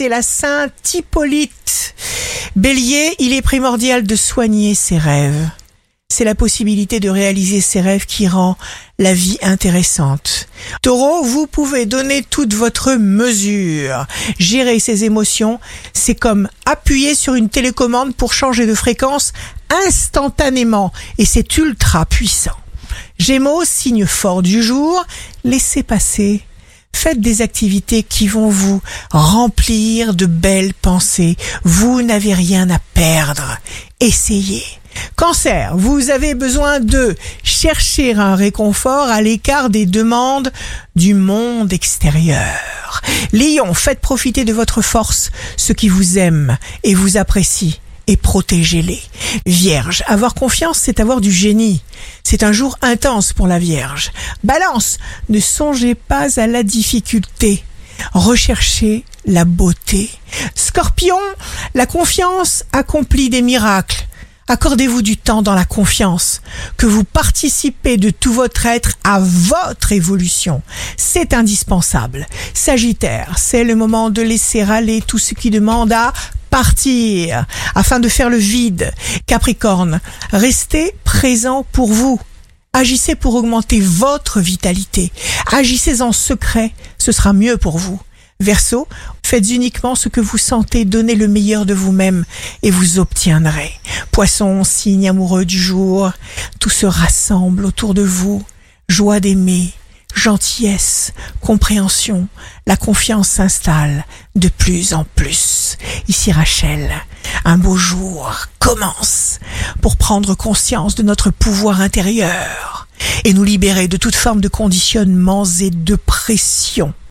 c'est la Sainte Hippolyte. Bélier, il est primordial de soigner ses rêves. C'est la possibilité de réaliser ses rêves qui rend la vie intéressante. Taureau, vous pouvez donner toute votre mesure. Gérer ses émotions, c'est comme appuyer sur une télécommande pour changer de fréquence instantanément. Et c'est ultra puissant. Gémeaux, signe fort du jour, laissez passer. Faites des activités qui vont vous remplir de belles pensées. Vous n'avez rien à perdre. Essayez. Cancer, vous avez besoin de chercher un réconfort à l'écart des demandes du monde extérieur. Lion, faites profiter de votre force ceux qui vous aiment et vous apprécient et protégez-les. Vierge, avoir confiance, c'est avoir du génie. C'est un jour intense pour la Vierge. Balance, ne songez pas à la difficulté. Recherchez la beauté. Scorpion, la confiance accomplit des miracles. Accordez-vous du temps dans la confiance, que vous participez de tout votre être à votre évolution. C'est indispensable. Sagittaire, c'est le moment de laisser aller tout ce qui demande à partir, afin de faire le vide. Capricorne, restez présent pour vous. Agissez pour augmenter votre vitalité. Agissez en secret, ce sera mieux pour vous. Verseau, faites uniquement ce que vous sentez, donnez le meilleur de vous-même et vous obtiendrez. Poisson, signe amoureux du jour, tout se rassemble autour de vous. Joie d'aimer, gentillesse, compréhension, la confiance s'installe de plus en plus. Ici Rachel, un beau jour commence pour prendre conscience de notre pouvoir intérieur et nous libérer de toute forme de conditionnements et de pression.